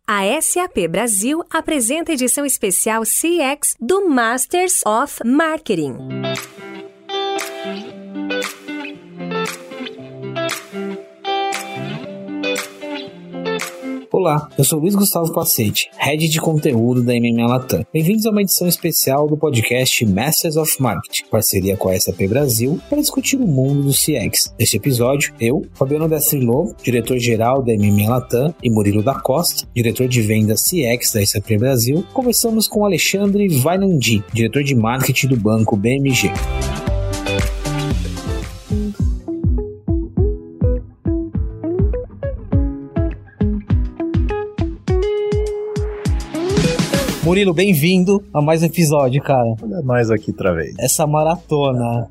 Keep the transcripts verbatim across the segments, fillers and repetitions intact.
A S A P Brasil apresenta a edição especial C X do Masters of Marketing. Olá, eu sou Luiz Gustavo Pacete, Head de Conteúdo da M M A Latam. Bem-vindos a uma edição especial do podcast Masters of Marketing, parceria com a S A P Brasil, para discutir o mundo do C X. Neste episódio, eu, Fabiano Destrillo, diretor-geral da M M A Latam, e Murilo da Costa, diretor de vendas C X da S A P Brasil, conversamos com Alexandre Vainandi, diretor de marketing do banco B M G. Murilo, bem-vindo a mais um episódio, cara. Olha nós aqui outra vez. Essa maratona.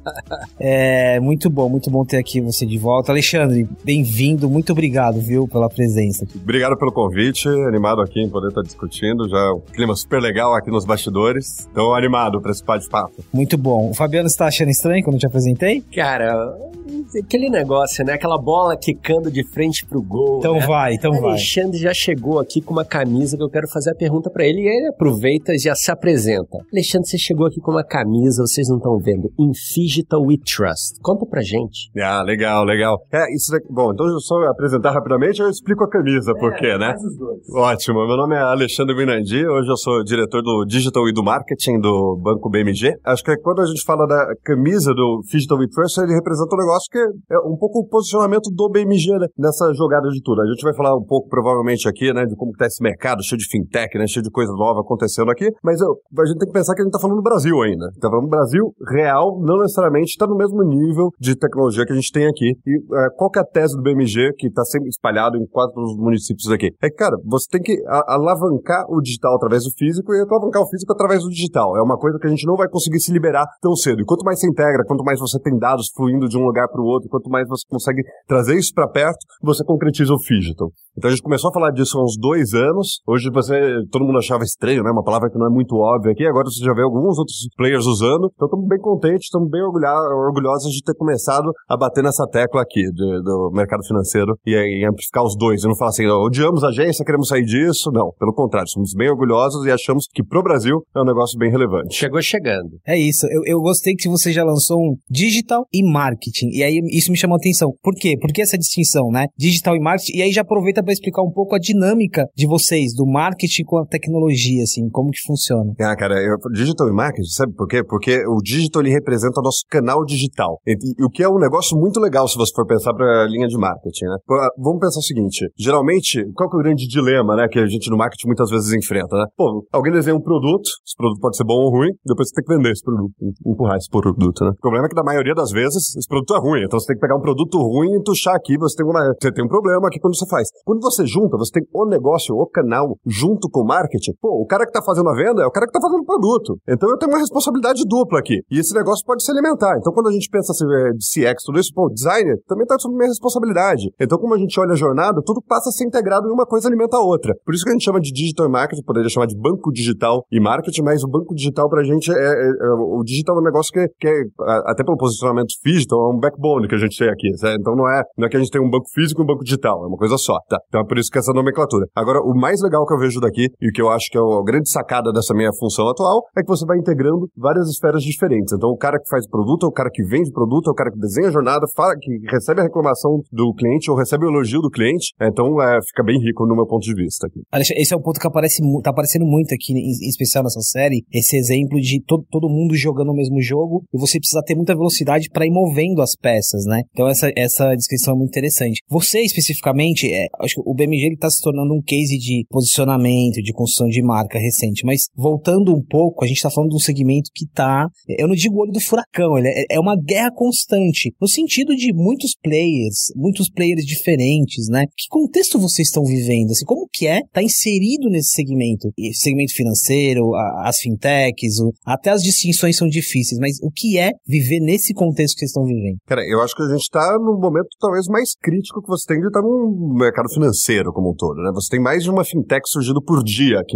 É muito bom, muito bom ter aqui você de volta. Alexandre, bem-vindo, muito obrigado, viu, pela presença aqui. Obrigado pelo convite, animado aqui em poder estar discutindo, já um clima super legal aqui nos bastidores. Então, animado para esse bate-papo. Muito bom. O Fabiano, você tá achando estranho quando eu te apresentei? Cara, aquele negócio, né? Aquela bola quicando de frente pro gol. Então né? vai, então o vai. Alexandre já chegou aqui com uma camisa que eu quero fazer a pergunta pra ele e ele aproveita e já se apresenta. Alexandre, você chegou aqui com uma camisa, vocês não estão vendo, In Phygital We Trust. Conta pra gente. Ah, legal, legal. É, isso daqui, bom, então eu só apresentar rapidamente, eu explico a camisa, por quê, é, né? Faz os dois. Ótimo, meu nome é Alexandre Vainandi, hoje eu sou diretor do Digital e do Marketing do Banco B M G. Acho que quando a gente fala da camisa do Phygital We Trust, ele representa um negócio que é um pouco o posicionamento do B M G, né? Nessa jogada de tudo. A gente vai falar um pouco, provavelmente, aqui, né, de como que tá esse mercado cheio de fintech, né, cheio de coisa nova acontecendo aqui, mas eu, a gente tem que pensar que a gente tá falando do Brasil ainda. Tá falando do Brasil real, não necessariamente está no mesmo nível de tecnologia que a gente tem aqui. E uh, qual que é a tese do B M G, que tá sempre espalhado em quatro municípios aqui? É que, cara, você tem que a, alavancar o digital através do físico e alavancar o físico através do digital. É uma coisa que a gente não vai conseguir se liberar tão cedo. E quanto mais você integra, quanto mais você tem dados fluindo de um lugar para o outro, quanto mais você consegue trazer isso para perto, você concretiza o Phygital. Então a gente começou a falar disso há uns dois anos. Hoje você, todo mundo achava estranho, né? Uma palavra que não é muito óbvia aqui. Agora você já vê alguns outros players usando. Então estamos bem contentes, estamos bem orgulhosos de ter começado a bater nessa tecla aqui de, do mercado financeiro e, e amplificar os dois. E não falar assim, odiamos a agência, queremos sair disso. Não, pelo contrário, somos bem orgulhosos e achamos que pro Brasil é um negócio bem relevante. Chegou chegando. É isso. Eu, eu gostei que você já lançou um digital e marketing. E aí isso me chamou a atenção. Por quê? Por que essa distinção, né? Digital e marketing. E aí já aproveita para explicar um pouco a dinâmica de vocês, do marketing com a tecnologia, assim, como que funciona. Ah, cara, eu, digital e marketing, sabe por quê? Porque o digital, ele representa o nosso canal digital. E, e o que é um negócio muito legal se você for pensar para a linha de marketing, né? Vamos pensar o seguinte, geralmente, qual que é o grande dilema, né, que a gente no marketing muitas vezes enfrenta, né? Pô, alguém desenha um produto, esse produto pode ser bom ou ruim, depois você tem que vender esse produto, empurrar esse produto, né? O problema é que, na maioria das vezes, esse produto é ruim, então você tem que pegar um produto ruim e tuchar aqui, você tem, uma, você tem um problema aqui quando você faz. Quando você junta, você tem o negócio, o canal, junto com o marketing, pô, o cara que tá fazendo a venda é o cara que tá fazendo o produto. Então eu tenho uma responsabilidade dupla aqui. E esse negócio pode se alimentar. Então quando a gente pensa assim, de C X, tudo isso, pô, designer também tá sob minha responsabilidade. Então como a gente olha a jornada, tudo passa a ser integrado e uma coisa alimenta a outra. Por isso que a gente chama de digital marketing, poderia chamar de banco digital e marketing, mas o banco digital pra gente é, é, é o digital é um negócio que, que é, até pelo posicionamento digital, é um backbone que a gente tem aqui. Certo? Então não é, não é que a gente tem um banco físico e um banco digital, é uma coisa só, tá? Então é por isso que essa nomenclatura. Agora, o mais legal que eu vejo daqui, e o que eu acho que é a grande sacada dessa minha função atual, é que você vai integrando várias esferas diferentes. Então, o cara que faz produto, é o cara que vende produto, é o cara que desenha a jornada, fala, que recebe a reclamação do cliente ou recebe o elogio do cliente. Então, é, fica bem rico no meu ponto de vista aqui. Alexandre, esse é um ponto que aparece, tá aparecendo muito aqui, em especial nessa série, esse exemplo de todo, todo mundo jogando o mesmo jogo e você precisa ter muita velocidade para ir movendo as peças, né? Então, essa, essa descrição é muito interessante. Você, especificamente, é, acho que o B M G está se tornando um case de posicionamento, de construção de marca recente, mas voltando um pouco, a gente está falando de um segmento que tá, eu não digo olho do furacão, ele é, é uma guerra constante, no sentido de muitos players, muitos players diferentes, né? Que contexto vocês estão vivendo? Assim, como que é estar inserido nesse segmento? Segmento financeiro, a, as fintechs, o, até as distinções são difíceis, mas o que é viver nesse contexto que vocês estão vivendo? Cara, eu acho que a gente está no momento talvez mais crítico que você tem de estar no mercado financeiro como um todo, né? Você tem mais de uma fintech surgindo por dia aqui no Brasil,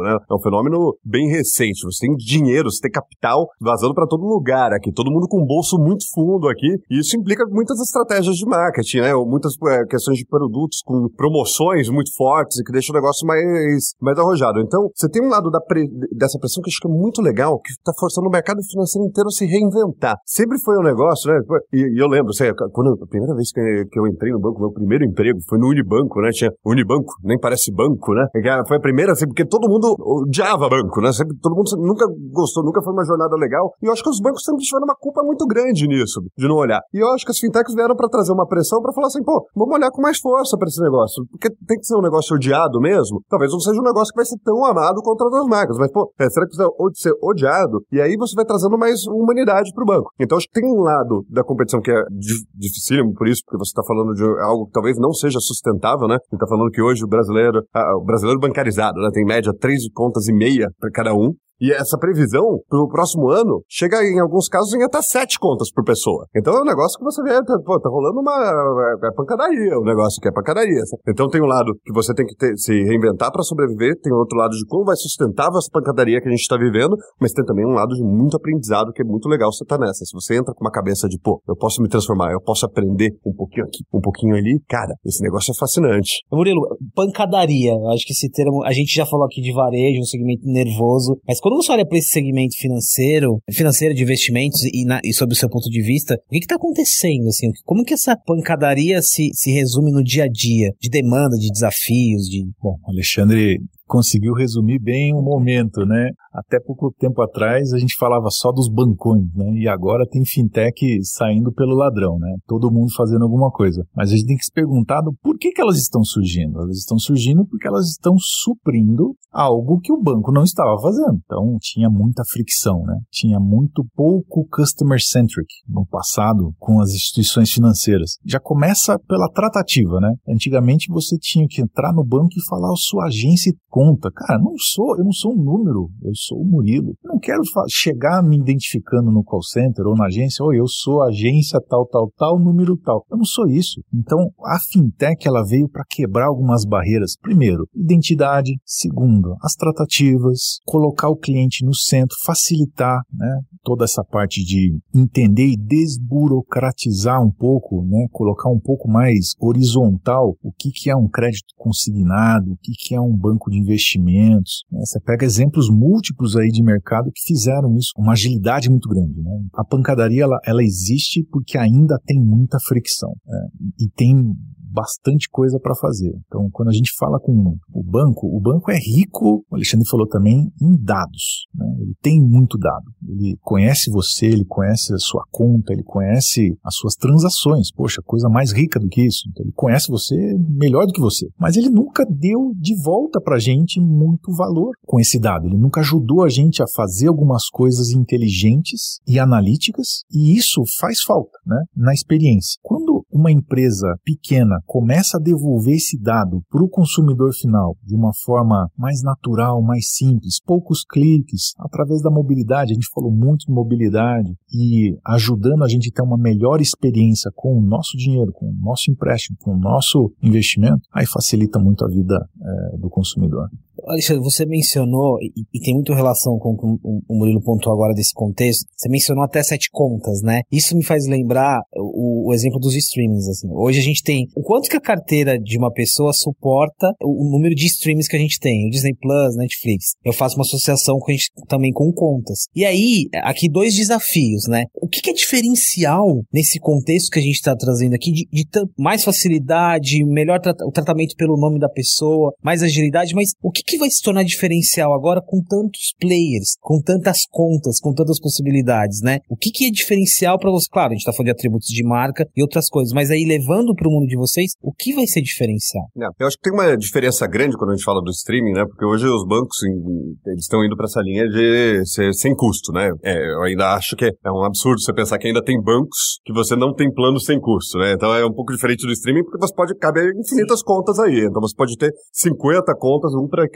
né? É um fenômeno bem recente. Você tem dinheiro, você tem capital vazando para todo lugar aqui, todo mundo com um bolso muito fundo aqui, e isso implica muitas estratégias de marketing, né? Muitas é, questões de produtos com promoções muito fortes e que deixam o negócio mais, mais arrojado. Então, você tem um lado da pre, dessa pressão que eu acho que é muito legal, que está forçando o mercado financeiro inteiro a se reinventar. Sempre foi um negócio, né? E, e eu lembro, assim, quando a primeira vez que, que eu entrei no banco, meu primeiro emprego foi no Unibanco, né? Tinha Unibanco, nem parece banco, né? Foi a primeira, assim, porque todo mundo odiava banco, né? Sempre, todo mundo nunca gostou, nunca foi uma jornada legal. E eu acho que os bancos sempre tiveram uma culpa muito grande nisso, de não olhar. E eu acho que as fintechs vieram para trazer uma pressão para falar assim, pô, vamos olhar com mais força para esse negócio. Porque tem que ser um negócio odiado mesmo. Talvez não seja um negócio que vai ser tão amado contra as marcas. Mas, pô, é, será que precisa ser odiado? E aí você vai trazendo mais humanidade pro banco. Então, acho que tem um lado da competição que é dificílimo por isso, porque você está falando de algo que talvez não seja sustentável, né? Você está falando que hoje o brasileiro, ah, o brasileiro bancarizado, né? Tem em média três contas e meia para cada um. E essa previsão, pro próximo ano, chega em alguns casos em até sete contas por pessoa. Então é um negócio que você vê, pô, tá rolando uma é, é pancadaria, o negócio que é pancadaria. Então tem um lado que você tem que ter, se reinventar para sobreviver, tem outro lado de como vai sustentável essa pancadaria que a gente tá vivendo, mas tem também um lado de muito aprendizado que é muito legal você tá nessa. Se você entra com uma cabeça de, pô, eu posso me transformar, eu posso aprender um pouquinho aqui, um pouquinho ali, cara, esse negócio é fascinante. Murilo, pancadaria, eu acho que esse termo, a gente já falou aqui de varejo, um segmento nervoso, mas quando você olha para esse segmento financeiro, financeiro de investimentos e, na, e sob o seu ponto de vista, o que está acontecendo? Assim? Como que essa pancadaria se, se resume no dia a dia, de demanda, de desafios? De... Bom, Alexandre conseguiu resumir bem o momento, né? Até pouco tempo atrás a gente falava só dos bancões, né? E agora tem fintech saindo pelo ladrão, né? Todo mundo fazendo alguma coisa. Mas a gente tem que se perguntar do por que que elas estão surgindo. Elas estão surgindo porque elas estão suprindo algo que o banco não estava fazendo. Então tinha muita fricção, né? Tinha muito pouco customer-centric no passado com as instituições financeiras. Já começa pela tratativa, né? Antigamente você tinha que entrar no banco e falar a sua agência e conta. Cara, não sou, eu não sou um número, eu sou o Murilo. Eu não quero chegar me identificando no call center ou na agência, ou eu sou agência tal, tal, tal, número tal. Eu não sou isso. Então, a fintech, ela veio para quebrar algumas barreiras. Primeiro, identidade. Segundo, as tratativas, colocar o cliente no centro, facilitar, né, toda essa parte de entender e desburocratizar um pouco, né, colocar um pouco mais horizontal o que, que é um crédito consignado, o que, que é um banco de investimentos. Né? Você pega exemplos múltiplos aí de mercado que fizeram isso com uma agilidade muito grande. Né? A pancadaria, ela, ela existe porque ainda tem muita fricção, né? E tem bastante coisa para fazer. Então, quando a gente fala com o banco, o banco é rico, o Alexandre falou também, em dados. Né? Ele tem muito dado. Ele conhece você, ele conhece a sua conta, ele conhece as suas transações. Poxa, coisa mais rica do que isso. Então, ele conhece você melhor do que você. Mas ele nunca deu de volta para a gente muito valor com esse dado. Ele nunca ajudou a gente a fazer algumas coisas inteligentes e analíticas, e isso faz falta, né, na experiência. Quando uma empresa pequena começa a devolver esse dado para o consumidor final de uma forma mais natural, mais simples, poucos cliques, através da mobilidade, a gente falou muito de mobilidade, e ajudando a gente a ter uma melhor experiência com o nosso dinheiro, com o nosso empréstimo, com o nosso investimento, aí facilita muito a vida é, do consumidor. Alexandre, você mencionou, e, e tem muito relação com o que o Murilo pontuou agora desse contexto, você mencionou até sete contas, né? Isso me faz lembrar o, o exemplo dos streamings, assim. Hoje a gente tem, o quanto que a carteira de uma pessoa suporta o, o número de streamings que a gente tem, o Disney Plus, Netflix. Eu faço uma associação com a gente, também com contas. E aí, aqui dois desafios, né? O que, que é diferencial nesse contexto que a gente está trazendo aqui, de, de t- mais facilidade, melhor tra- o tratamento pelo nome da pessoa, mais agilidade, mas o que, que vai se tornar diferencial agora com tantos players, com tantas contas, com tantas possibilidades, né? O que, que é diferencial para você? Claro, a gente está falando de atributos de marca e outras coisas, mas aí levando para o mundo de vocês, o que vai ser diferencial? Não, eu acho que tem uma diferença grande quando a gente fala do streaming, né? Porque hoje os bancos, eles estão indo para essa linha de ser sem custo, né? É, eu ainda acho que é um absurdo você pensar que ainda tem bancos que você não tem plano sem custo, né? Então é um pouco diferente do streaming porque você pode caber infinitas contas aí. Então você pode ter cinquenta contas, um para que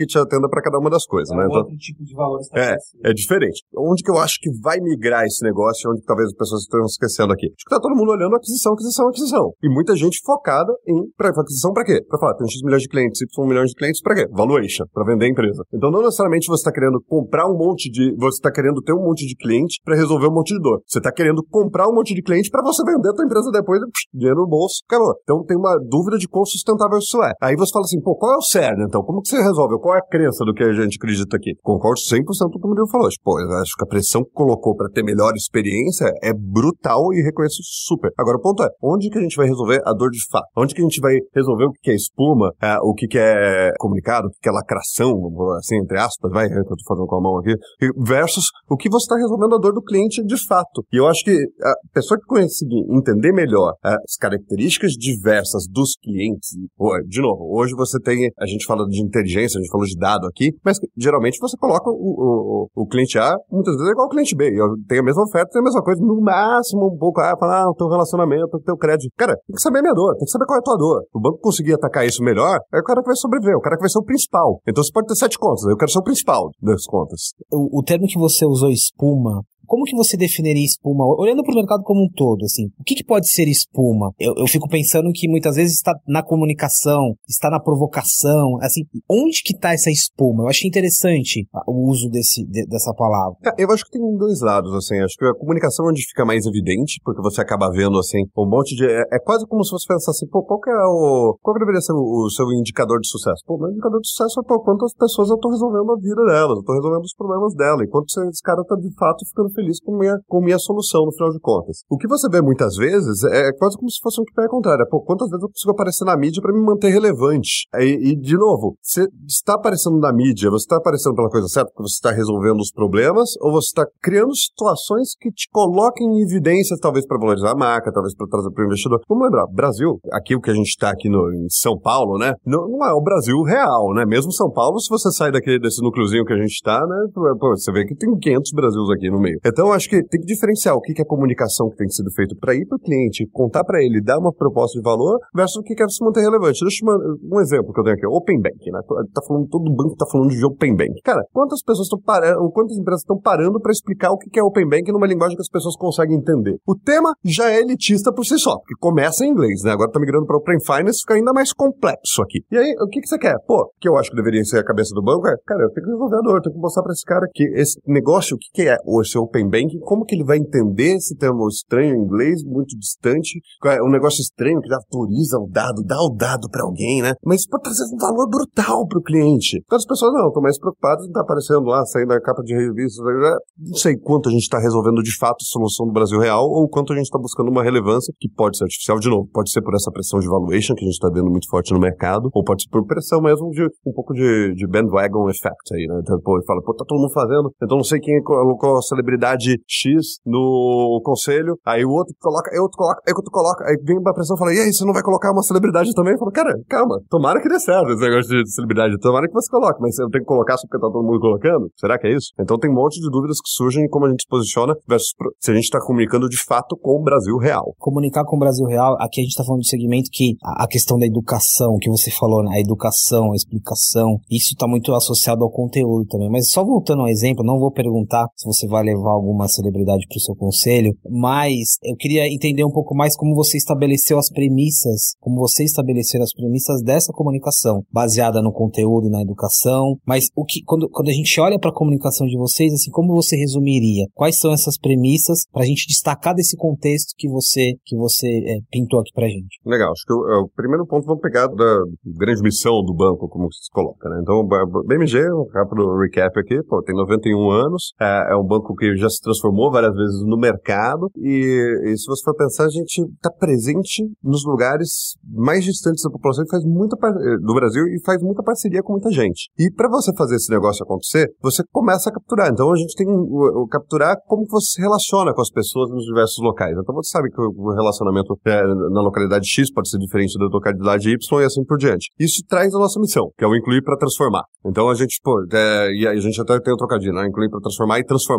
te atenda para cada uma das coisas, é né? Um Então, outro tipo de valor é, é diferente. Onde que eu acho que vai migrar esse negócio, onde talvez as pessoas estejam esquecendo aqui? Acho que tá todo mundo olhando aquisição, aquisição, aquisição. E muita gente focada em pra, aquisição para quê? Para falar, tem X milhões de clientes, Y milhões de clientes, para quê? Valuation, para vender a empresa. Então não necessariamente você está querendo comprar um monte de, você está querendo ter um monte de cliente para resolver um monte de dor. Você está querendo comprar um monte de cliente para você vender a tua empresa depois, psh, dinheiro no bolso, acabou. Então tem uma dúvida de quão sustentável isso é. Aí você fala assim, pô, qual é o cerne, então? Como que você resolve? Qual é a crença do que a gente acredita aqui? Concordo cem por cento com o que o Murilo falou. Pô, eu acho que a pressão que colocou para ter melhor experiência é brutal e reconheço super. Agora o ponto é, onde que a gente vai resolver a dor de fato? Onde que a gente vai resolver o que é espuma, é, o que que é comunicado, o que que é lacração, assim, entre aspas, vai, que eu tô fazendo com a mão aqui, versus o que você está resolvendo a dor do cliente de fato. E eu acho que a pessoa que conseguir entender melhor é, as características diversas dos clientes, pô, de novo, hoje você tem, a gente fala de inteligência, a gente falou de dado aqui, mas geralmente você coloca o, o, o cliente A, muitas vezes é igual ao cliente B, tem a mesma oferta, tem a mesma coisa, no máximo um pouco, ah, fala, ah, o teu relacionamento, o teu crédito. Cara, tem que saber a minha dor, tem que saber qual é a tua dor. O banco conseguir atacar isso melhor, é o cara que vai sobreviver, o cara que vai ser o principal. Então você pode ter sete contas, eu quero ser o principal das contas. O, o termo que você usou, espuma, como que você definiria espuma? Olhando para o mercado como um todo, assim, o que, que pode ser espuma? Eu, eu fico pensando que muitas vezes está na comunicação, está na provocação, assim, onde que está essa espuma? Eu acho interessante o uso desse, de, dessa palavra. É, eu acho que tem dois lados, assim, acho que a comunicação é onde fica mais evidente, porque você acaba vendo, assim, um monte de... É, é quase como se você pensasse, pô, qual que é o... Qual que deveria ser o, o seu indicador de sucesso? Pô, meu indicador de sucesso é, pô, quantas pessoas eu tô resolvendo a vida delas, eu tô resolvendo os problemas dela, e quanto esse cara tá, de fato, ficando feliz com minha, com minha solução, no final de contas. O que você vê muitas vezes é quase como se fosse um que pé contrário. Pô, quantas vezes eu consigo aparecer na mídia pra me manter relevante? E, e de novo, você está aparecendo na mídia, você está aparecendo pela coisa certa, porque você está resolvendo os problemas, ou você está criando situações que te coloquem em evidências, talvez para valorizar a marca, talvez para trazer para o investidor. Vamos lembrar, Brasil, aqui o que a gente está aqui no, em São Paulo, né, não, não é o Brasil real, né? Mesmo São Paulo, se você sai daquele, desse núcleozinho que a gente está, né, pô, você vê que tem quinhentos Brasils aqui no meio. Então, acho que tem que diferenciar o que é comunicação que tem sido feito para ir para o cliente, contar para ele, dar uma proposta de valor, versus o que quer se manter relevante. Deixa eu te um exemplo que eu tenho aqui, Open Bank, né? Tá falando, todo banco tá falando de Open Bank. Cara, quantas pessoas estão parando, quantas empresas estão parando para explicar o que é Open Bank numa linguagem que as pessoas conseguem entender? O tema já é elitista por si só, porque começa em inglês, né? Agora tá migrando para Open Finance, fica ainda mais complexo aqui. E aí, o que que você quer? Pô, que eu acho que deveria ser a cabeça do banco é, cara, eu tenho que resolver a dor, eu tenho que mostrar para esse cara que esse negócio, o que que é o seu Open Bank, como que ele vai entender esse termo estranho em inglês, muito distante, um negócio estranho que já autoriza o dado, dá o dado para alguém, né? Mas pode trazer um valor brutal pro cliente. Então as pessoas não, estão mais preocupadas em estar aparecendo lá, saindo da capa de revistas, não sei quanto a gente está resolvendo de fato a solução do Brasil real ou quanto a gente está buscando uma relevância que pode ser artificial, de novo, pode ser por essa pressão de valuation que a gente está vendo muito forte no mercado, ou pode ser por pressão mesmo de um pouco de, de bandwagon effect aí, né? Então, pô, fala, pô, tá todo mundo fazendo, então não sei quem colocou a celebridade X no conselho, aí o outro coloca, aí o outro coloca, aí o outro coloca, aí vem uma pressão e fala, e aí, você não vai colocar uma celebridade também? Eu falo, cara, calma, tomara que dê certo esse negócio de celebridade, tomara que você coloque, mas eu tenho que colocar só porque tá todo mundo colocando? Será que é isso? Então tem um monte de dúvidas que surgem em como a gente se posiciona versus se a gente tá comunicando de fato com o Brasil real. Comunicar com o Brasil real, aqui a gente tá falando de segmento que a, a questão da educação, que você falou, né? A educação, a explicação, isso tá muito associado ao conteúdo também, mas só voltando ao exemplo, não vou perguntar se você vai levar alguma celebridade pro seu conselho, mas eu queria entender um pouco mais como você estabeleceu as premissas, como você estabeleceu as premissas dessa comunicação, baseada no conteúdo, na educação, mas o que, quando, quando a gente olha para a comunicação de vocês, assim, como você resumiria? Quais são essas premissas para a gente destacar desse contexto que você, que você é, pintou aqui pra gente? Legal, acho que o, o primeiro ponto vamos pegar da grande missão do banco, como se coloca, né? Então, o B M G, um rápido recap aqui, pô, tem noventa e um anos, é, é um banco que já se transformou várias vezes no mercado e, e se você for pensar, a gente está presente nos lugares mais distantes da população e faz muita par- do Brasil e faz muita parceria com muita gente. E para você fazer esse negócio acontecer, você começa a capturar. Então a gente tem o, o capturar como você se relaciona com as pessoas nos diversos locais. Então você sabe que o relacionamento é, na localidade X pode ser diferente da localidade Y e assim por diante. Isso traz a nossa missão, que é o incluir para transformar. Então a gente, pô, é, e a gente até tem o trocadilho, né? Incluir para transformar e transformar, transformar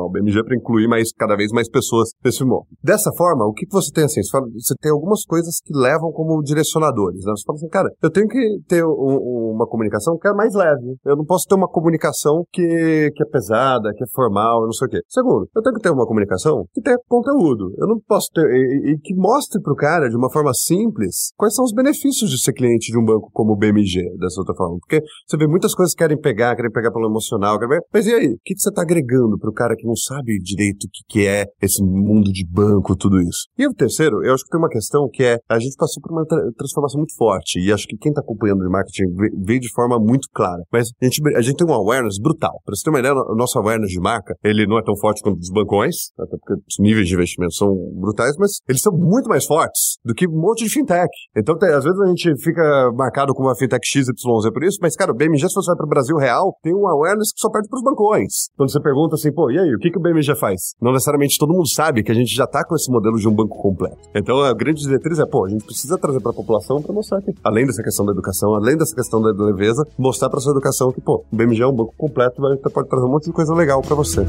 transformar o B M G para incluir mais, cada vez mais pessoas nesse mundo. Dessa forma, o que, que você tem assim? Você, fala, você tem algumas coisas que levam como direcionadores, né? Você fala assim, cara, eu tenho que ter um, uma comunicação que é mais leve. Eu não posso ter uma comunicação que, que é pesada, que é formal, não sei o quê. Segundo, eu tenho que ter uma comunicação que tenha conteúdo. Eu não posso ter... E, e que mostre pro cara, de uma forma simples, quais são os benefícios de ser cliente de um banco como o B M G, dessa outra forma. Porque você vê muitas coisas que querem pegar, querem pegar pelo emocional, querem pegar... Mas e aí? O que, que você tá agregando pro cara que não sabe direito o que, que é esse mundo de banco, tudo isso? E o terceiro, eu acho que tem uma questão que é, a gente passou por uma tra- transformação muito forte, e acho que quem tá acompanhando o marketing veio de forma muito clara. Mas a gente, a gente tem um awareness brutal. Pra você ter uma ideia, o nosso awareness de marca, ele não é tão forte quanto os bancões, até porque os níveis de investimento são brutais, mas eles são muito mais fortes do que um monte de fintech. Então, tem, às vezes a gente fica marcado com uma fintech X Y Z por isso, mas, cara, o B M G, se você vai para o Brasil real, tem um awareness que só perde para os bancões. Quando você pergunta assim, pô, e aí, o que, que o B M G faz? Não necessariamente todo mundo sabe que a gente já tá com esse modelo de um banco completo. Então, a grande diretriz é, pô, a gente precisa trazer para a população para mostrar que, além dessa questão da educação, além dessa questão da leveza, mostrar para sua educação que, pô, o B M G é um banco completo, vai, pode trazer um monte de coisa legal para você.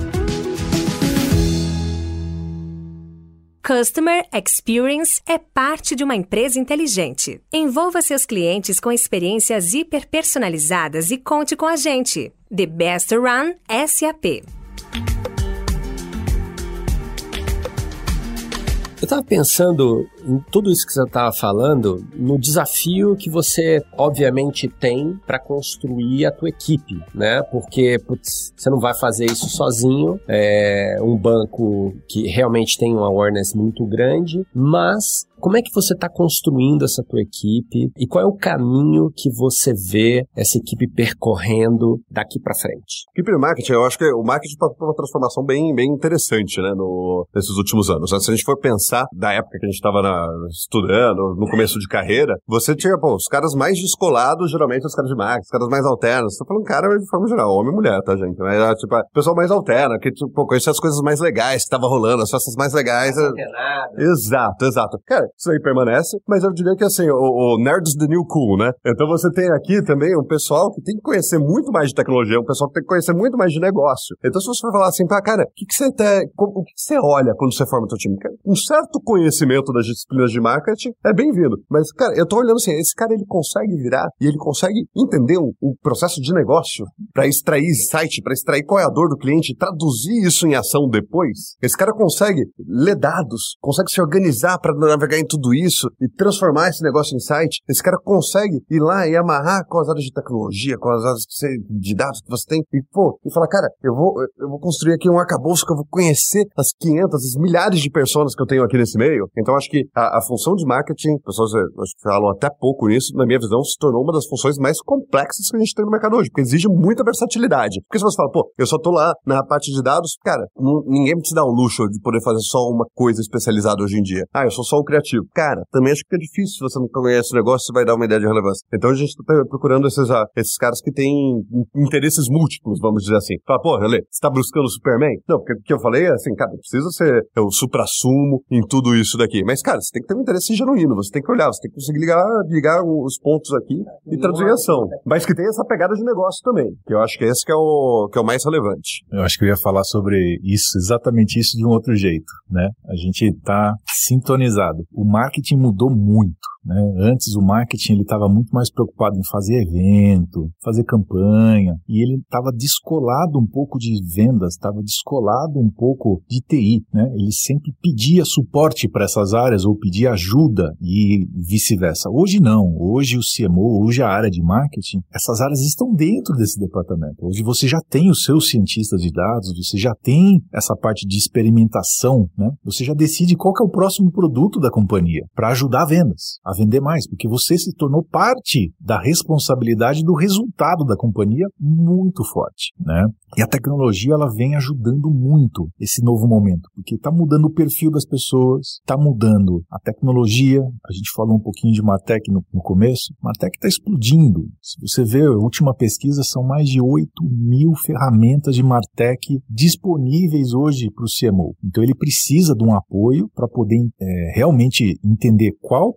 Customer Experience é parte de uma empresa inteligente. Envolva seus clientes com experiências hiperpersonalizadas e conte com a gente. The Best Run S A P. Eu estava pensando em tudo isso que você estava falando, no desafio que você, obviamente, tem para construir a tua equipe, né? Porque putz, você não vai fazer isso sozinho, é um banco que realmente tem um awareness muito grande, mas como é que você está construindo essa tua equipe e qual é o caminho que você vê essa equipe percorrendo daqui para frente? Equipe de marketing, eu acho que o marketing passou por uma transformação bem, bem interessante, né, no, nesses últimos anos. Se a gente for pensar da época que a gente estava estudando, no começo de carreira, você tinha, pô, os caras mais descolados, geralmente os caras de marketing, os caras mais alternos. Tô falando cara de forma geral, homem e mulher, tá, gente? Mas, tipo, o pessoal mais alterno, que, tipo, conhecia as coisas mais legais que tava rolando, as festas mais legais. É... Exato, exato. Cara, isso aí permanece, mas eu diria que, assim, o, o nerds the new cool, né? Então você tem aqui também um pessoal que tem que conhecer muito mais de tecnologia, um pessoal que tem que conhecer muito mais de negócio. Então se você for falar assim, pá, cara, o que, que você tá, o que, que você olha quando você forma o teu time? Um certo conhecimento das disciplinas de marketing é bem-vindo. Mas, cara, eu tô olhando assim, esse cara, ele consegue virar e ele consegue entender o, o processo de negócio para extrair insight, para extrair qual é a dor do cliente, traduzir isso em ação depois. Esse cara consegue ler dados, consegue se organizar para navegar em tudo isso e transformar esse negócio em insight. Esse cara consegue ir lá e amarrar com as áreas de tecnologia, com as áreas de dados que você tem e, pô, e falar, cara, eu vou, eu vou construir aqui um arcabouço que eu vou conhecer as quinhentas, as milhares de pessoas que eu tenho aqui nesse meio. Então, acho que a, a função de marketing, pessoas acho que falam até pouco nisso, na minha visão, se tornou uma das funções mais complexas que a gente tem no mercado hoje, porque exige muita versatilidade. Porque se você fala, pô, eu só tô lá na parte de dados, cara, n- ninguém te dá o luxo de poder fazer só uma coisa especializada hoje em dia. Ah, eu sou só o criativo. Cara, também acho que é difícil, se você não conhece o negócio, você vai dar uma ideia de relevância. Então a gente tá procurando esses, ah, esses caras que têm interesses múltiplos, vamos dizer assim. Fala, pô, Relê, você tá buscando o Superman? Não, porque o que eu falei é assim, cara, precisa ser o supra-sumo em tudo isso daqui. Mas, cara, você tem que ter um interesse genuíno, você tem que olhar, você tem que conseguir ligar, ligar os pontos aqui e traduzir em ação. Mas que tem essa pegada de negócio também, que eu acho que esse que é o, que é o mais relevante. Eu acho que eu ia falar sobre isso, exatamente isso de um outro jeito, né? A gente tá sintonizado. O marketing mudou muito, né? Antes o marketing ele estava muito mais preocupado em fazer evento, fazer campanha, e ele estava descolado um pouco de vendas, estava descolado um pouco de T I, né? Ele sempre pedia suporte para essas áreas ou pedia ajuda e vice-versa. Hoje não, hoje o C M O, hoje a área de marketing, essas áreas estão dentro desse departamento. Hoje você já tem os seus cientistas de dados, você já tem essa parte de experimentação, né? Você já decide qual que é o próximo produto da companhia para ajudar vendas, a vender mais, porque você se tornou parte da responsabilidade do resultado da companhia muito forte, né? E a tecnologia, ela vem ajudando muito esse novo momento, porque está mudando o perfil das pessoas, está mudando a tecnologia. A gente falou um pouquinho de Martech no, no começo. Martech está explodindo. Se você ver, a última pesquisa, são mais de oito mil ferramentas de Martech disponíveis hoje para o C M O. Então, ele precisa de um apoio para poder é, realmente entender qual plataforma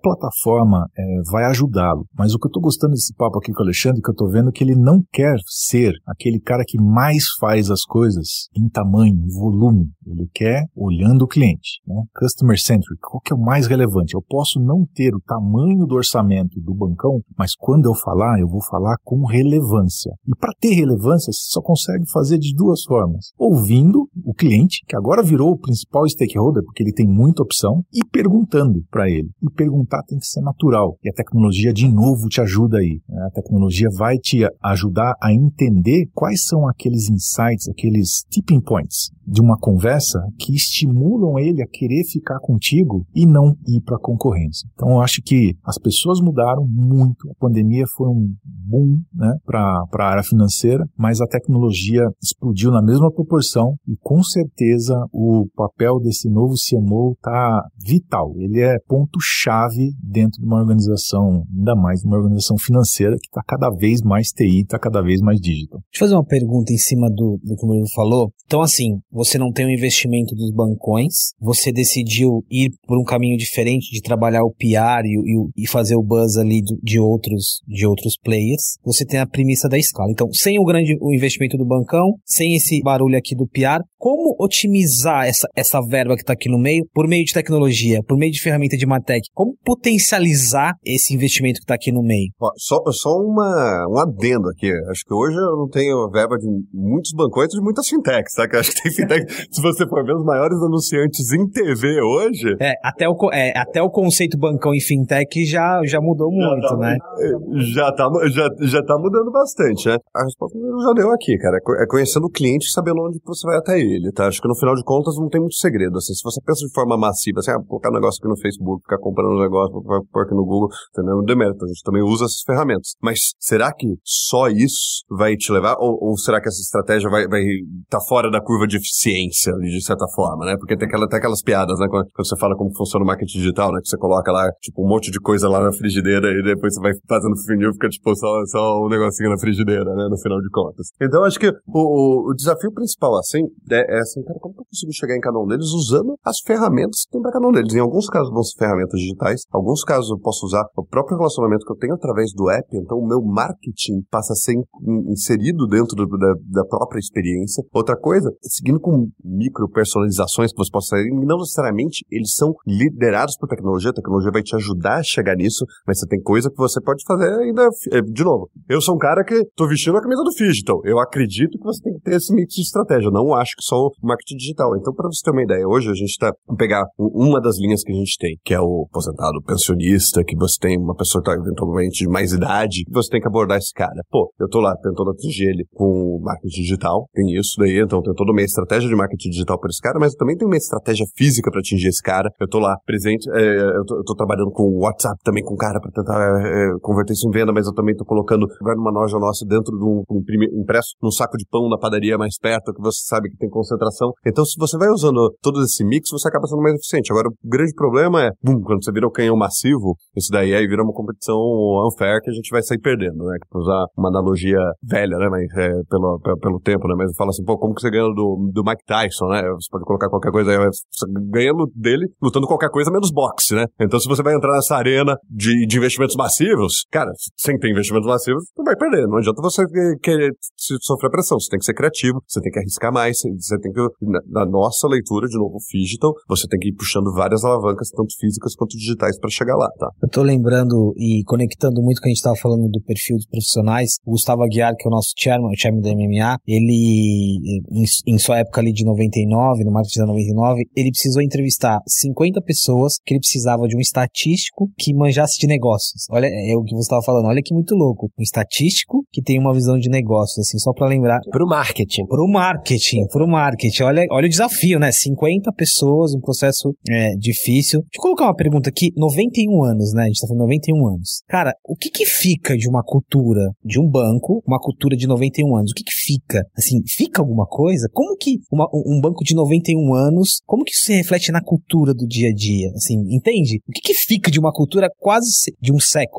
forma é, vai ajudá-lo. Mas o que eu estou gostando desse papo aqui com o Alexandre, que eu estou vendo que ele não quer ser aquele cara que mais faz as coisas em tamanho, em volume. Ele quer olhando o cliente, né? Customer centric. Qual que é o mais relevante? Eu posso não ter o tamanho do orçamento do bancão, mas quando eu falar, eu vou falar com relevância. E para ter relevância, você só consegue fazer de duas formas. Ouvindo o cliente, que agora virou o principal stakeholder, porque ele tem muita opção, e perguntando para ele. E perguntar tem que ser natural. E a tecnologia, de novo, te ajuda aí. A tecnologia vai te ajudar a entender quais são aqueles insights, aqueles tipping points de uma conversa que estimulam ele a querer ficar contigo e não ir para a concorrência. Então, eu acho que as pessoas mudaram muito. A pandemia foi um boom, né, para a área financeira, mas a tecnologia explodiu na mesma proporção e, com certeza, o papel desse novo C M O está vital. Ele é ponto-chave dentro de uma organização, ainda mais uma organização financeira que está cada vez mais T I, está cada vez mais digital. Deixa eu fazer uma pergunta em cima do, do que o Murilo falou. Então, assim, você não tem o investimento dos bancões, você decidiu ir por um caminho diferente de trabalhar o P R e, e, e fazer o buzz ali de, de, outros, de outros players. Você tem a premissa da escala. Então, sem o grande o investimento do bancão, sem esse barulho aqui do P R, como otimizar essa, essa verba que está aqui no meio por meio de tecnologia, por meio de ferramenta de Martech? Como potencializar esse investimento que está aqui no meio? Ó, só só uma, um adendo aqui. Acho que hoje eu não tenho verba de muitos bancões e de muitas fintechs, tá? Que eu acho que tem fintech. Se você for ver os maiores anunciantes em T V hoje... É, até o, é, até o conceito bancão e fintech já, já mudou já muito, tá, né? Já tá, já, já tá mudando bastante, né? A resposta já deu aqui, cara. É conhecendo o cliente e sabendo onde você vai até ele, tá? Acho que no final de contas não tem muito segredo, assim. Se você pensa de forma massiva, assim, ah, colocar um negócio aqui no Facebook, ficar comprando um negócio, pôr aqui no Google, não é demérito. A gente também usa essas ferramentas. Mas será que só isso vai te levar? Ou, ou será que essa estratégia vai, vai tá fora da curva de eficiência, de certa forma, né? Porque tem, aquela, tem aquelas piadas, né? Quando, quando você fala como funciona o marketing digital, né? Que você coloca lá, tipo, um monte de coisa lá na frigideira e depois você vai fazendo funil, fica, tipo, só, só um negocinho na frigideira, né? No final de contas. Então, acho que o, o, o desafio principal, assim, é, é assim, cara, como que eu consigo chegar em cada um deles usando as ferramentas que tem para cada um deles? Em alguns casos vão ser ferramentas digitais, em alguns casos eu posso usar o próprio relacionamento que eu tenho através do app, então o meu marketing passa a ser inserido dentro do, da, da própria experiência. Outra coisa, seguindo com micro personalizações que você possa fazer, não necessariamente eles são liderados por tecnologia, a tecnologia vai te ajudar a chegar nisso, mas você tem coisa que você pode fazer ainda, de novo, eu sou um cara que tô vestindo a camisa do Phygital, eu acredito que você tem que ter esse mix de estratégia, eu não acho que só o marketing digital. Então, para você ter uma ideia, hoje a gente tá, vamos pegar uma das linhas que a gente tem, que é o aposentado, o pensionista, que você tem uma pessoa que tá eventualmente de mais idade, que você tem que abordar esse cara. Pô, eu tô lá tentando atingir ele com o marketing digital, tem isso daí, então tem toda uma estratégia de marketing digital para esse cara, mas eu também tenho uma estratégia física para atingir esse cara. Eu tô lá presente, é, eu, tô, eu tô trabalhando com o WhatsApp também com o cara para tentar é, converter isso em venda, mas eu também tô colocando, vai numa loja nossa dentro de um, um impresso num saco de pão na padaria mais perto, que você sabe que tem concentração. Então, se você vai usando todo esse mix, você acaba sendo mais eficiente. Agora, o grande problema é, bum, quando você vira o canhão massivo, isso daí aí vira uma competição unfair que a gente vai sair perdendo, né? Pra usar uma analogia velha, né? Mas é, pelo, pelo, pelo tempo, né? Mas eu falo assim, pô, como que você ganha do, do Mike Tyson, né? Você pode colocar qualquer coisa aí, você ganha dele lutando qualquer coisa menos boxe, né? Então, se você vai entrar nessa arena de, de investimentos massivos, cara, sem ter investimentos massivos, não vai perder. Não adianta você querer sofrer pressão. Você tem que ser criativo, você tem que arriscar mais, você tem que, na, na nossa leitura, de novo, Phygital, você tem que ir puxando várias alavancas, tanto físicas quanto digitais, para chegar lá, tá? Eu tô lembrando e conectando muito com a gente tava falando do perfil dos profissionais. O Gustavo Aguiar, que é o nosso chairman, o chairman da M M A, ele, em, em sua época ali de noventa e nove, no marketing da noventa e nove, ele precisou entrevistar cinquenta pessoas que ele precisava de um estatístico que manjasse de negócios. Olha, é o que você tava falando, olha que muito louco. Um estatístico que tem uma visão de negócios, assim, só para lembrar. Pro marketing. Pro marketing, pro marketing. Olha, olha o desafio, né? cinquenta pessoas, um processo é, difícil. Deixa eu colocar uma pergunta aqui. noventa e um anos, né? A gente tá falando noventa e um anos. Cara, o que que fica de uma cultura de um banco, uma cultura de noventa e um anos? O que que fica? Assim, fica alguma coisa? Como que uma, um banco de noventa e um anos, como que isso se reflete na cultura do dia a dia? Assim, entende? O que que fica de uma cultura quase de um século?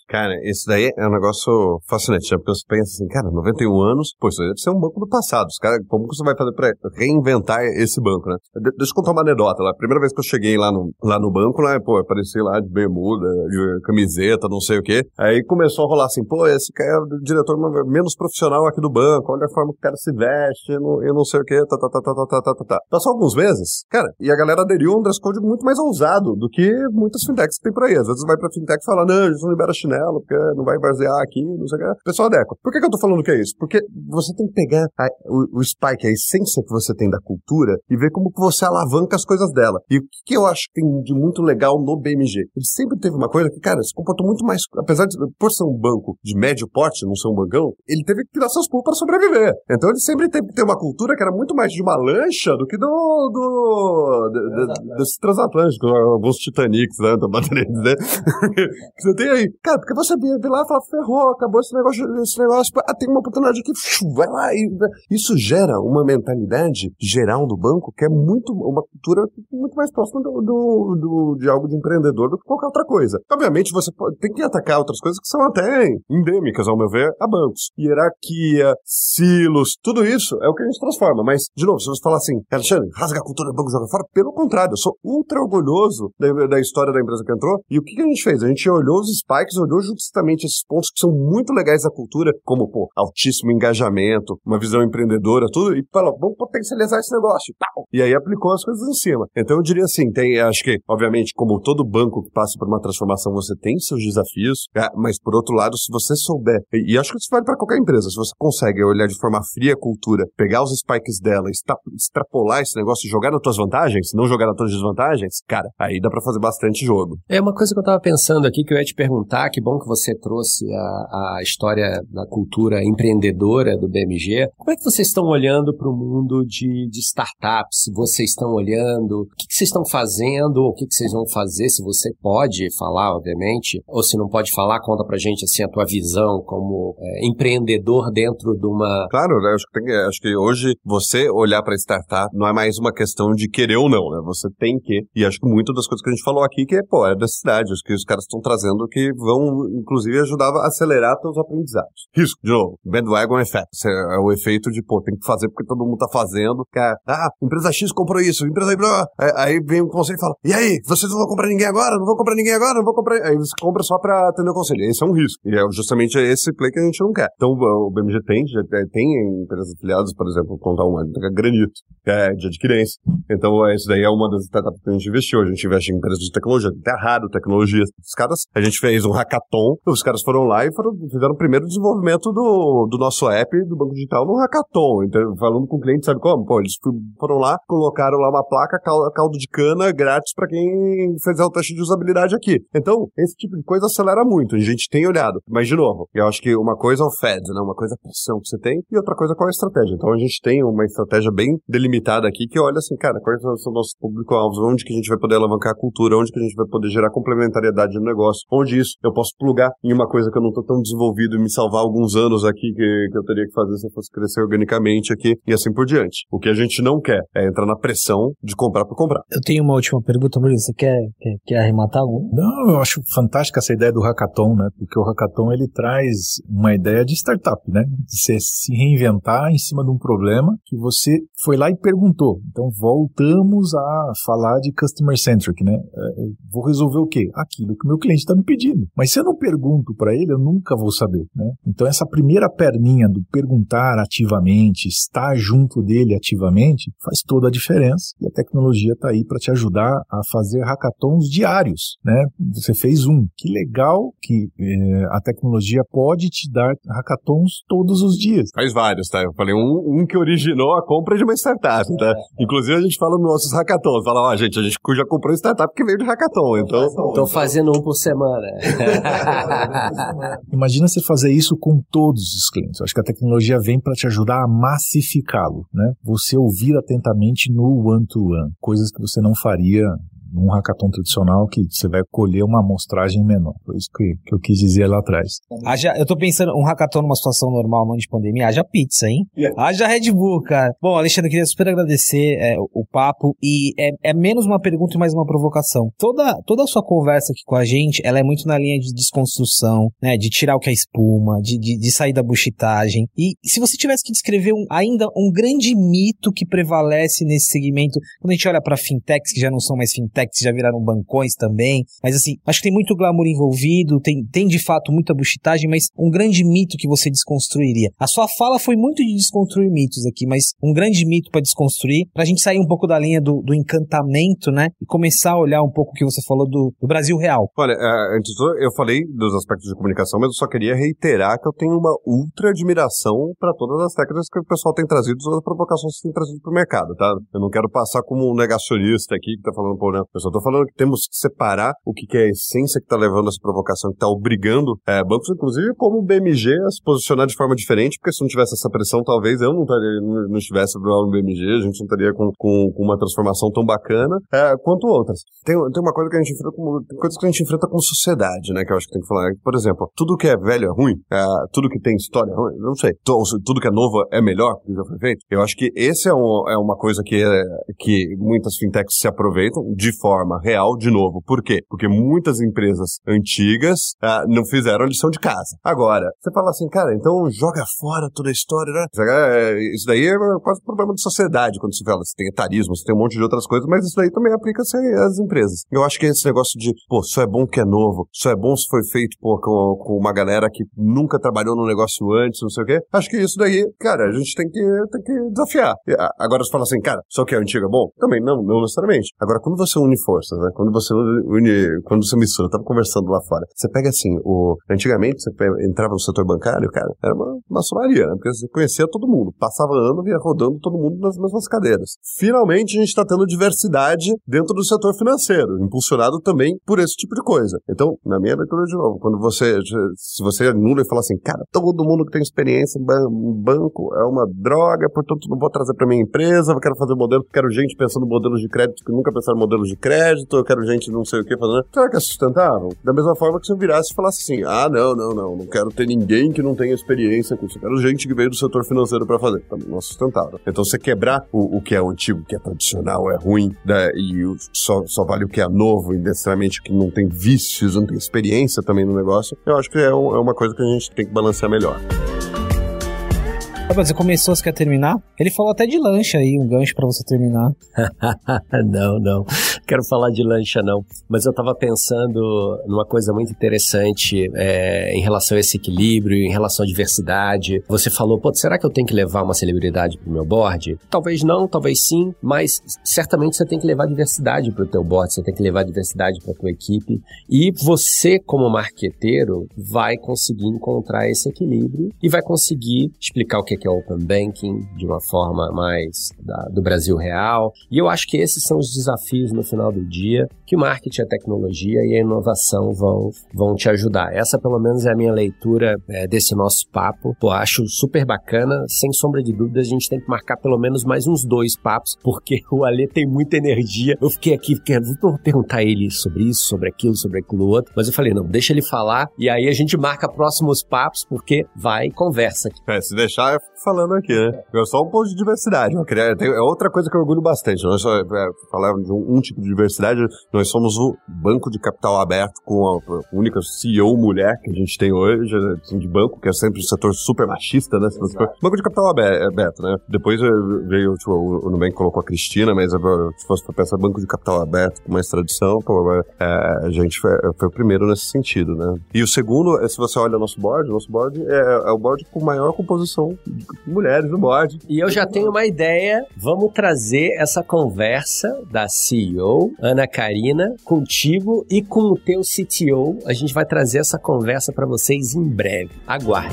Cara, isso daí é um negócio fascinante. A pessoa pensa assim, cara, noventa e um anos, pô, isso deve ser um banco do passado. Os cara, como que você vai fazer pra reinventar esse banco, né? De- deixa eu contar uma anedota lá. A primeira vez que eu cheguei lá no, lá no banco, né, pô, eu apareci lá de bermuda, de camiseta, não sei o quê. Aí começou a rolar assim, pô, esse cara é o diretor menos profissional aqui do banco, olha a forma que o cara se veste, eu não, eu não sei o quê, tá, tá, tá, tá, tá, tá, tá, tá. Passou alguns meses, cara, e a galera aderiu a um dress code muito mais ousado do que muitas fintechs que tem por aí. Às vezes vai pra fintech e fala, não, a gente não libera chinelo, porque não vai basear aqui, não sei o que. O pessoal adequa. Por que que eu tô falando que é isso? Porque você tem que pegar a, o, o Spike, a essência que você tem da cultura e ver como que você alavanca as coisas dela. E o que, que eu acho que tem de muito legal no B M G? Ele sempre teve uma coisa que, cara, se comportou muito mais, apesar de, por ser um banco de médio porte, não ser um bancão, ele teve que tirar seus pulos para sobreviver. Então ele sempre teve que ter uma cultura que era muito mais de uma lancha do que do, do, do, do desses transatlânticos, alguns Titanics, né, da bateria, né? Que você tem aí. Cara, porque você vê lá e fala, ferrou, acabou esse negócio, esse negócio, ah, tem uma oportunidade aqui, vai lá. E isso gera uma mentalidade geral do banco que é muito, uma cultura muito mais próxima do, do, do, de algo de empreendedor do que qualquer outra coisa. Obviamente, você pode, tem que atacar outras coisas que são até endêmicas, ao meu ver, a bancos. Hierarquia, silos, tudo isso é o que a gente transforma. Mas, de novo, se você falar assim, Alexandre, rasga a cultura do banco, joga fora, pelo contrário, eu sou ultra orgulhoso da, da história da empresa que entrou. E o que, que a gente fez? A gente olhou os spikes, olhou justamente esses pontos que são muito legais da cultura, como, pô, altíssimo engajamento, uma visão empreendedora, tudo, e falou, vamos potencializar esse negócio, tal. E aí aplicou as coisas em cima. Então eu diria assim, tem, acho que, obviamente, como todo banco que passa por uma transformação, você tem seus desafios, mas por outro lado, se você souber, e, e acho que isso vale para qualquer empresa, se você consegue olhar de forma fria a cultura, pegar os spikes dela, extra, extrapolar esse negócio e jogar nas tuas vantagens, não jogar nas tuas desvantagens, cara, aí dá pra fazer bastante jogo. É uma coisa que eu tava pensando aqui, que eu ia te perguntar, que bom que você trouxe a, a história da cultura empreendedora do B M G. Como é que vocês estão olhando para o mundo de, de startups? Vocês estão olhando, o que, que vocês estão fazendo, o que, que vocês vão fazer, se você pode falar, obviamente, ou se não pode falar, conta pra gente assim a tua visão como é, empreendedor dentro de uma... Claro, né? Acho que, tem, acho que hoje você olhar para startup não é mais uma questão de querer ou não, né? Você tem que, e acho que muitas das coisas que a gente falou aqui que é, pô, é da cidade, acho que os caras estão trazendo que vão, inclusive, ajudar a acelerar seus aprendizados. Risco, de novo, bandwagon effect, é o efeito de, pô, tem que fazer porque todo mundo tá fazendo, cara, ah, empresa X comprou isso, empresa Y, aí vem o conselho e fala, e aí, vocês não vão comprar ninguém agora? Não vão comprar ninguém agora? Não vão comprar... Aí você compra só pra atender o conselho. Esse é um risco. E é justamente esse play que a gente não quer. Então, o B M G tem, já tem empresas afiliadas, por exemplo, contar uma, Granito, que é de adquirência. Então, isso daí é uma das startups que a gente investiu. A gente investe em empresas de tecnologia, até raro tecnologia. Os caras, a gente fez um hackathon, os caras foram lá e foram, fizeram o primeiro desenvolvimento do, do nosso app, do Banco Digital, no hackathon. Então, falando com o cliente, sabe como? Pô, eles foram lá, colocaram lá uma placa, caldo de cana, grátis pra quem fizer o teste de usabilidade aqui. Então, esse tipo de coisa acelera muito. A gente tem olhado. Mas, de novo, eu acho que uma coisa é o F E D, né? Uma coisa é a pressão que você tem e outra coisa é qual é a estratégia. Então, a gente tem uma estratégia bem delimitada aqui que olha assim, cara, quais são os nossos público-alvos, onde que a gente vai poder alavancar a cultura, onde que a gente vai poder gerar complementariedade no negócio, onde isso eu posso plugar em uma coisa que eu não tô tão desenvolvido e me salvar alguns anos aqui que, que eu teria que fazer se eu fosse crescer organicamente aqui e assim por diante. O que a gente não quer é entrar na pressão de comprar por comprar. Eu tenho uma última pergunta, Bruno. Você quer, quer, quer arrematar algum? Não, eu acho fantástica essa ideia do hackathon, né? Porque o hackathon, ele traz uma ideia de startup, né? De você se reinventar em cima de um problema que você foi lá e perguntou. Então, voltamos a falar de customer centric, né? É, vou resolver o quê? Aquilo que o meu cliente está me pedindo. Mas se eu não pergunto para ele, eu nunca vou saber, né? Então, essa primeira perninha do perguntar ativamente, estar junto dele ativamente, faz toda a diferença. E a tecnologia está aí para te ajudar a fazer hackathons diários, né? Você fez um. Que legal que é, a tecnologia pode te dar hackathons todos os dias. Faz vários, tá? Eu falei um, um que originou a compra de uma startup, tá? É. Inclusive, a gente fala nos nossos hackathons. Fala, ó, oh, gente, a gente já comprou startup que veio de hackathon, então... Tô fazendo um por semana. Imagina você fazer isso com todos os clientes. Eu acho que a tecnologia vem para te ajudar a massificá-lo, né? Você ouvir atentamente no one-to-one, coisas que você não faria num hackathon tradicional que você vai colher uma amostragem menor. Foi isso que, que eu quis dizer lá atrás. Haja, eu tô pensando, um hackathon numa situação normal, não de pandemia, haja pizza, hein? Yeah. Haja Red Bull, cara. Bom, Alexandre, eu queria super agradecer é, o, o papo e é, é menos uma pergunta e mais uma provocação. Toda, toda a sua conversa aqui com a gente, ela é muito na linha de desconstrução, né? De tirar o que é espuma, de, de, de sair da buchitagem. E se você tivesse que descrever um, ainda um grande mito que prevalece nesse segmento, quando a gente olha pra fintechs, que já não são mais fintechs, já viraram bancões também, mas assim, acho que tem muito glamour envolvido, tem, tem de fato muita buchitagem, mas um grande mito que você desconstruiria. A sua fala foi muito de desconstruir mitos aqui, mas um grande mito pra desconstruir, pra gente sair um pouco da linha do, do encantamento, né, e começar a olhar um pouco o que você falou do, do Brasil real. Olha, antes eu falei dos aspectos de comunicação, mas eu só queria reiterar que eu tenho uma ultra admiração pra todas as técnicas que o pessoal tem trazido, todas as provocações que tem trazido pro mercado, tá? Eu não quero passar como um negacionista aqui que tá falando, pô, não. Eu só tô falando que temos que separar o que, que é a essência que tá levando essa provocação, que tá obrigando é, bancos, inclusive como o B M G, a se posicionar de forma diferente, porque se não tivesse essa pressão, talvez eu não, taria, não, não estivesse no B M G, a gente não estaria com, com, com uma transformação tão bacana, é, quanto outras. Tem, tem uma coisa que a gente enfrenta como, tem coisas que a gente enfrenta como sociedade, né, que eu acho que tem que falar. Por exemplo, tudo que é velho é ruim, é, tudo que tem história é ruim, não sei, tudo que é novo é melhor que já foi feito. Eu acho que esse é, um, é uma coisa que, é, que muitas fintechs se aproveitam de forma real, de novo. Por quê? Porque muitas empresas antigas ah, não fizeram a lição de casa. Agora, você fala assim, cara, então joga fora toda a história, né? Isso daí é quase um problema de sociedade, quando se fala, você tem etarismo, você tem um monte de outras coisas, mas isso daí também aplica-se às empresas. Eu acho que esse negócio de, pô, só é bom que é novo, só é bom se foi feito, pô, com, com uma galera que nunca trabalhou no negócio antes, não sei o quê. Acho que isso daí, cara, a gente tem que, tem que desafiar. Agora você fala assim, cara, só que é antigo é bom? Também não, não necessariamente. Agora, quando você une forças, né? Quando você une, quando você mistura, eu tava conversando lá fora, você pega assim, o, antigamente você entrava no setor bancário, cara, era uma maçonaria, né? Porque você conhecia todo mundo, passava ano e ia rodando todo mundo nas mesmas cadeiras. Finalmente a gente tá tendo diversidade dentro do setor financeiro, impulsionado também por esse tipo de coisa. Então, na minha leitura de novo, quando você, se você anula e fala assim, cara, todo mundo que tem experiência em banco é uma droga, portanto não vou trazer pra minha empresa, eu quero fazer modelo, quero gente pensando em modelos de crédito que nunca pensaram em modelos de crédito, eu quero gente não sei o que fazendo. Será que é sustentável? Da mesma forma que se eu virasse e falasse assim, ah, não, não, não, não quero ter ninguém que não tenha experiência com isso, eu quero gente que veio do setor financeiro pra fazer. Também não é sustentável. Então você quebrar o, o que é o antigo, o que é tradicional, é ruim, né, e o, só, só vale o que é novo, e necessariamente que não tem vícios, não tem experiência também no negócio, eu acho que é, um, é uma coisa que a gente tem que balancear melhor. Você começou, você quer terminar? Ele falou até de lancha aí, um gancho pra você terminar. Não, não. Quero falar de lancha, não. Mas eu tava pensando numa coisa muito interessante é, em relação a esse equilíbrio, em relação à diversidade. Você falou, pô, será que eu tenho que levar uma celebridade pro meu board? Talvez não, talvez sim, mas certamente você tem que levar diversidade pro teu board, você tem que levar diversidade pra tua equipe. E você, como marqueteiro, vai conseguir encontrar esse equilíbrio e vai conseguir explicar o que que é Open Banking de uma forma mais da, do Brasil real. E eu acho que esses são os desafios no final do dia que o marketing, a tecnologia e a inovação vão, vão te ajudar. Essa, pelo menos, é a minha leitura é, desse nosso papo. Pô, acho super bacana. Sem sombra de dúvida, a gente tem que marcar pelo menos mais uns dois papos, porque o Alê tem muita energia. Eu fiquei aqui, fiquei, vou perguntar a ele sobre isso, sobre aquilo, sobre aquilo outro. Mas eu falei, não, deixa ele falar e aí a gente marca próximos papos, porque vai e conversa aqui. É, se deixar, eu fico falando aqui, né? É só um ponto de diversidade. Eu queria, tem, é outra coisa que eu orgulho bastante. Nós só é, falar de um, um tipo de diversidade, nós somos o banco de capital aberto com a, a única C E O mulher que a gente tem hoje, assim, de banco, que é sempre um setor super machista, né? Banco de capital aberto, né? Depois veio, tipo, o Nubank colocou a Cristina, mas se fosse pra pensar banco de capital aberto com mais tradição, pô, é, a gente foi, foi o primeiro nesse sentido, né? E o segundo, é, se você olha o nosso board, o nosso board é, é o board com maior composição de mulheres no board. E eu já tenho uma ideia, vamos trazer essa conversa da C E O, Ana Karina, contigo e com o teu C T O. A gente vai trazer essa conversa para vocês em breve. Aguardem.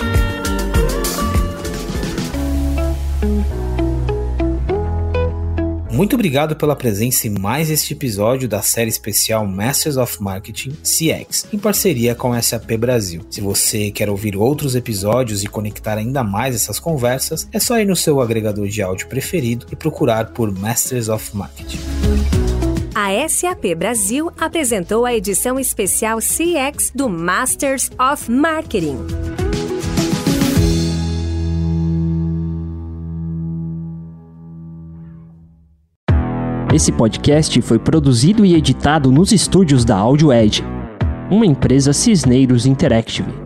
Muito obrigado pela presença em mais este episódio da série especial Masters of Marketing C X, em parceria com a S A P Brasil. Se você quer ouvir outros episódios e conectar ainda mais essas conversas, é só ir no seu agregador de áudio preferido e procurar por Masters of Marketing. A S A P Brasil apresentou a edição especial C X do Masters of Marketing. Esse podcast foi produzido e editado nos estúdios da AudioEd, uma empresa Cisneiros Interactive.